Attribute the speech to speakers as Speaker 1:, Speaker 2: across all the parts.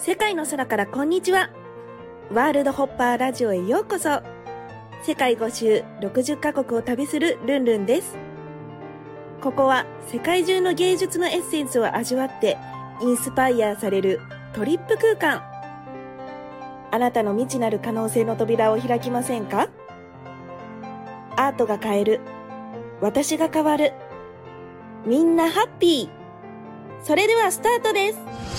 Speaker 1: 世界の空からこんにちは。ワールドホッパーラジオへようこそ。世界5周60カ国を旅するルンルンです。ここは世界中の芸術のエッセンスを味わってインスパイアされるトリップ空間。あなたの未知なる可能性の扉を開きませんか？アートが変える。私が変わる。みんなハッピー。それではスタートです。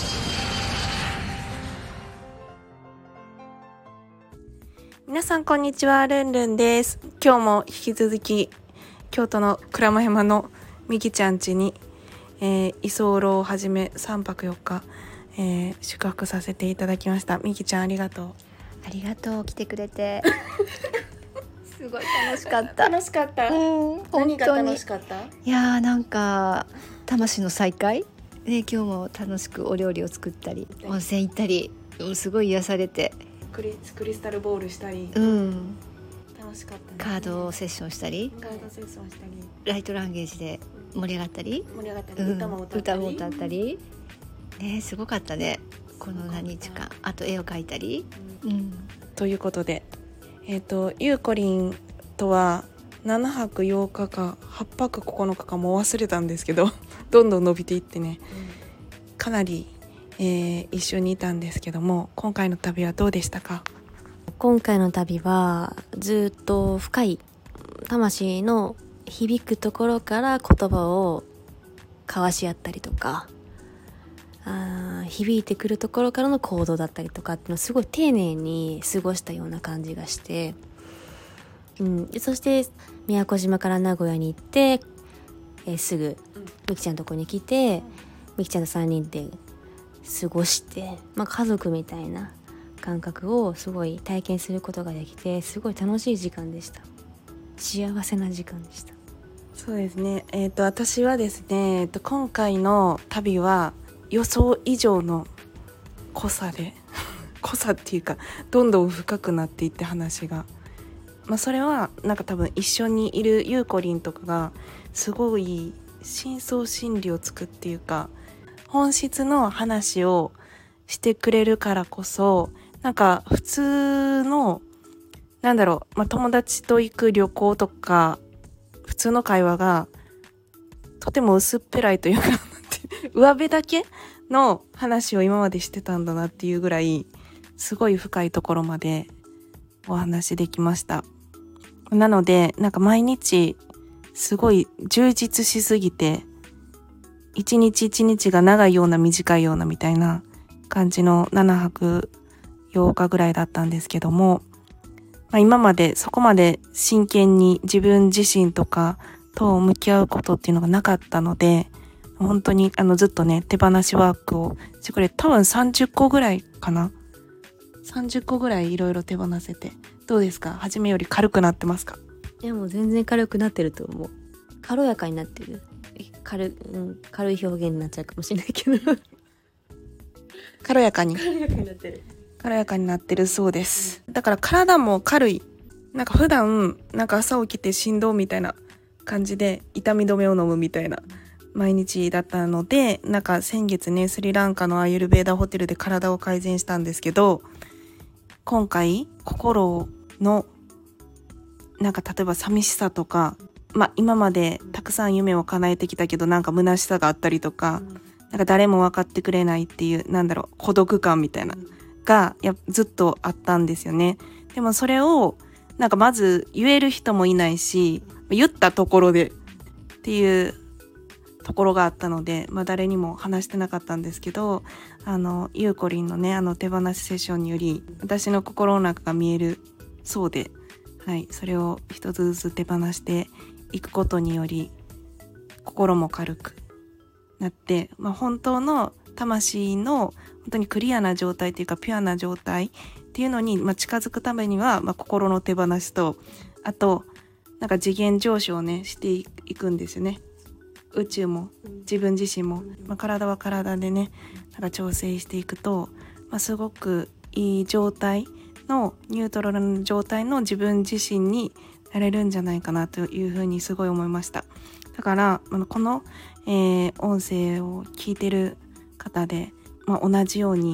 Speaker 1: 皆さんこんにちは、ルンルンです。今日も引き続き京都の鞍馬山のみきちゃん家に、居候をはじめ3泊4日、宿泊させていただきました。みきちゃんありがとう。
Speaker 2: ありがとう、来てくれてすごい楽しかった
Speaker 1: 楽しかった、何が楽しかった？
Speaker 2: いやー、なんか魂の再会ね。今日も楽しくお料理を作ったり温泉行ったり、すごい癒されて、
Speaker 1: クリスタルボールしたり、楽しかったね。
Speaker 2: カードセッションしたり、ライトランゲージで盛り上がったり、歌も歌ったりね、すごかったね。この何日間、あと絵を描いたり、
Speaker 1: ということで、ゆうこりんとは7泊8日か8泊9日かもう忘れたんですけどどんどん伸びていってね、かなり、一緒にいたんですけども、今回の旅はどうでしたか？
Speaker 3: 今回の旅はずっと深い魂の響くところから言葉を交わし合ったりとか、響いてくるところからの行動だったりとかっていうのをすごい丁寧に過ごしたような感じがして、そして宮古島から名古屋に行って、すぐみきちゃんのとこに来て、みきちゃんと3人で過ごして、家族みたいな感覚をすごい体験することができて、すごい楽しい時間でした。幸せな時間でした。
Speaker 1: そうですね、私はですね、今回の旅は予想以上の濃さっていうか、どんどん深くなっていって話が、それはなんか多分一緒にいるゆうこりんとかがすごい深層心理をつくっていうか、本質の話をしてくれるからこそ、なんか普通の友達と行く旅行とか普通の会話がとても薄っぺらいというか上辺だけの話を今までしてたんだなっていうぐらい、すごい深いところまでお話できました。なのでなんか毎日すごい充実しすぎて、一日一日が長いような短いようなみたいな感じの7泊8日ぐらいだったんですけども、今までそこまで真剣に自分自身とかと向き合うことっていうのがなかったので、本当にずっとね、手放しワークをしてくれ、多分30個ぐらいかな、30個ぐらいいろいろ手放せて。どうですか？初めより軽くなってますか？
Speaker 3: いや、もう全然軽くなってると思う。軽やかになってる。軽い表現になっちゃうかもしれないけど
Speaker 1: 軽やかになってるそうです。だから体も軽い。なんか普段朝起きて振動みたいな感じで痛み止めを飲むみたいな毎日だったので、先月ね、スリランカのアーユルベーダホテルで体を改善したんですけど、今回心の例えば寂しさとか、今までたくさん夢を叶えてきたけど虚しさがあったりとか、誰も分かってくれないっていう孤独感みたいながずっとあったんですよね。でもそれをまず言える人もいないし、言ったところでっていうところがあったので、誰にも話してなかったんですけど、ゆうこりんのね、手放しセッションにより私の心の中が見えるそうで、それを一つずつ手放していくことにより心も軽くなって、本当の魂の本当にクリアな状態というかピュアな状態っていうのに、近づくためには、心の手放しと、あと次元上昇をねしていくんですよね。宇宙も自分自身も、体は体でね調整していくと、すごくいい状態のニュートラルな状態の自分自身になれるんじゃないかなというふうにすごい思いました。だからこの、音声を聞いてる方で、同じように、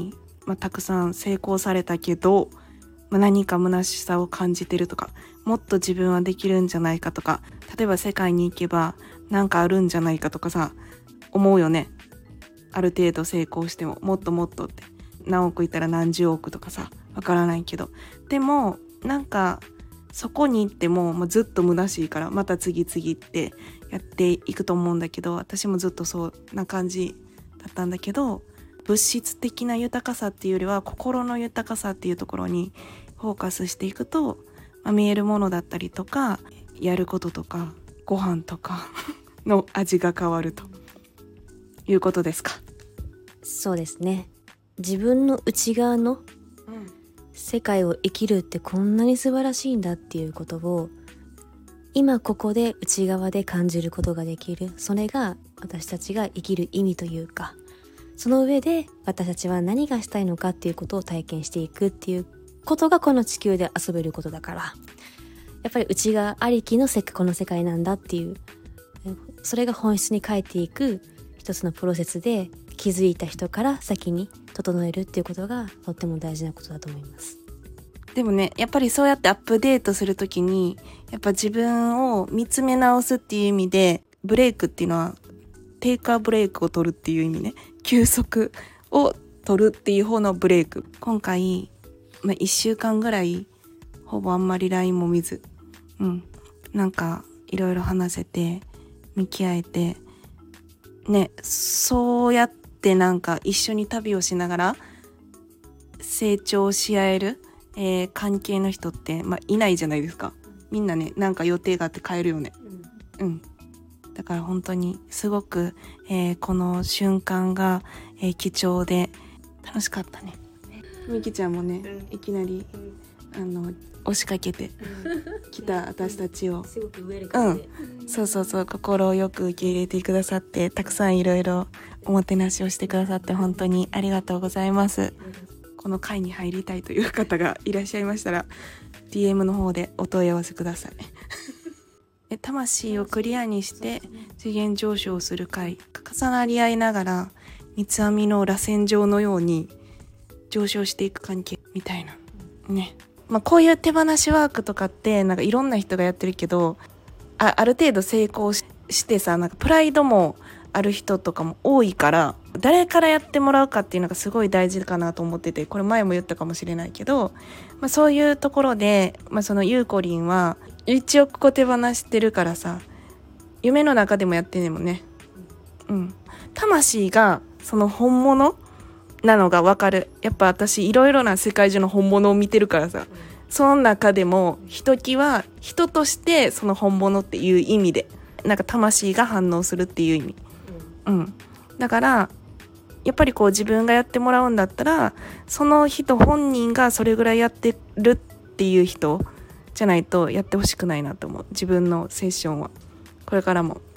Speaker 1: たくさん成功されたけど、何か虚しさを感じてるとか、もっと自分はできるんじゃないかとか、例えば世界に行けばなんかあるんじゃないかとかさ、思うよね。ある程度成功してももっともっとって、何億いたら何十億とかさ、わからないけど、でもなんかそこに行っても、ずっと虚しいから、また次々ってやっていくと思うんだけど、私もずっとそんな感じだったんだけど、物質的な豊かさっていうよりは心の豊かさっていうところにフォーカスしていくと、見えるものだったりとか、やることとかご飯とかの味が変わるということですか。
Speaker 3: そうですね。自分の内側の世界を生きるってこんなに素晴らしいんだっていうことを今ここで内側で感じることができる。それが私たちが生きる意味というか、その上で私たちは何がしたいのかっていうことを体験していくっていうことがこの地球で遊べることだから、やっぱり内側ありきのこの世界なんだっていう、それが本質に変えていく一つのプロセスで、気づいた人から先に整えるっていうことがとっても大事なことだと思います。
Speaker 1: でもね、やっぱりそうやってアップデートするときに、やっぱ自分を見つめ直すっていう意味で、ブレイクっていうのはテイクアブレイクを取るっていう意味ね。休息を取るっていう方のブレイク。今回、1週間ぐらいほぼあんまり LINE も見ず、なんかいろいろ話せて向き合えてね、そうやってなんか一緒に旅をしながら成長し合える、関係の人って、いないじゃないですか。みんなね、なんか予定があって帰るよね。だから本当にすごく、この瞬間が、貴重で楽しかったね。みきちゃんもね、いきなり、押しかけてきた私たちを、
Speaker 3: すごくウェルカムで、
Speaker 1: そう心をよく受け入れてくださって、たくさんいろいろおもてなしをしてくださって本当にありがとうございます。この会に入りたいという方がいらっしゃいましたら DM の方でお問い合わせください。魂をクリアにして次元上昇する会、重なり合いながら三つ編みの螺旋状のように上昇していく関係みたいなね。こういう手放しワークとかってなんかいろんな人がやってるけど、ある程度成功してさ、なんかプライドもある人とかも多いから、誰からやってもらうかっていうのがすごい大事かなと思ってて、これ前も言ったかもしれないけど、そういうところで、そのゆうこりんは1億個手放してるからさ、夢の中でもやってんねんもんね。魂がその本物なのがわかる。やっぱ私いろいろな世界中の本物を見てるからさ、その中でもひときわ人としてその本物っていう意味で、なんか魂が反応するっていう意味。だからやっぱりこう自分がやってもらうんだったら、その人本人がそれぐらいやってるっていう人じゃないとやってほしくないなと思う。自分のセッションはこれからも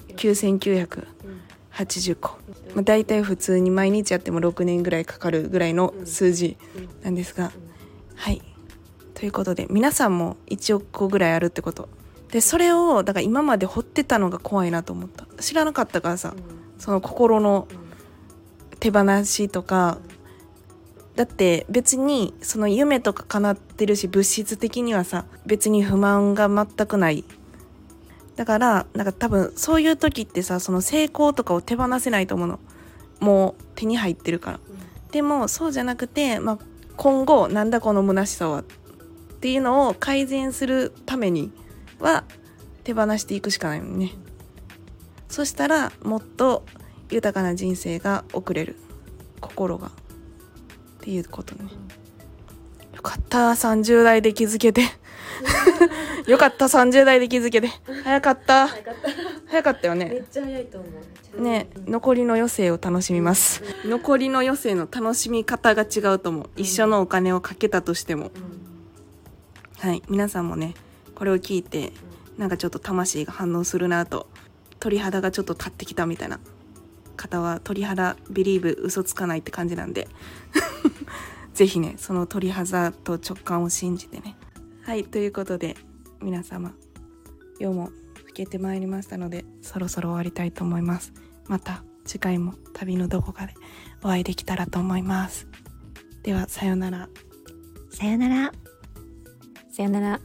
Speaker 1: 9980個、だいたい普通に毎日やっても6年ぐらいかかるぐらいの数字なんですが、はいということで、皆さんも1億個ぐらいあるってことで、それをだから今まで掘ってたのが怖いなと思った。知らなかったからさ、その心の手放しとか、だって別にその夢とか叶ってるし、物質的にはさ別に不満が全くない。だからなんか多分そういう時ってさ、その成功とかを手放せないと思うの。もう手に入ってるから。でもそうじゃなくて、今後なんだこの虚しさはっていうのを改善するためには手放していくしかないもんね。そしたらもっと豊かな人生が送れる、心がっていうことね。よかった30代で気づけてよかった30代で気づけて、早かったよね。
Speaker 3: めっちゃ早いと思う
Speaker 1: ね。残りの余生を楽しみます。残りの余生の楽しみ方が違うと思う。一緒のお金をかけたとしても、はい、皆さんもねこれを聞いてなんかちょっと魂が反応するなと、鳥肌がちょっと立ってきたみたいな方は、鳥肌ビリーブ嘘つかないって感じなんでぜひねその鳥肌と直感を信じてね。はいということで皆様、夜も更けてまいりましたのでそろそろ終わりたいと思います。また次回も旅のどこかでお会いできたらと思います。 では、さよなら。
Speaker 2: さよなら。
Speaker 3: さよなら。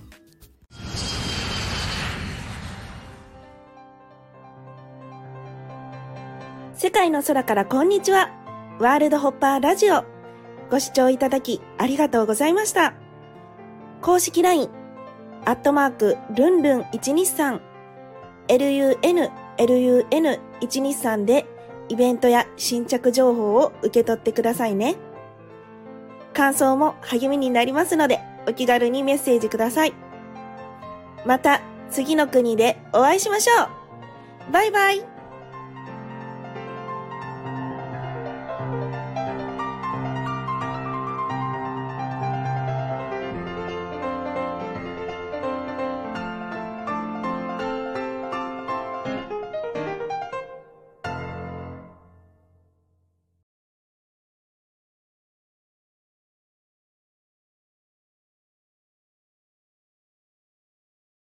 Speaker 1: 世界の空からこんにちは。ワールドホッパーラジオ。ご視聴いただきありがとうございました。公式 LINE、ルンルン123、LUN123 でイベントや新着情報を受け取ってくださいね。感想も励みになりますので、お気軽にメッセージください。また次の国でお会いしましょう。バイバイ。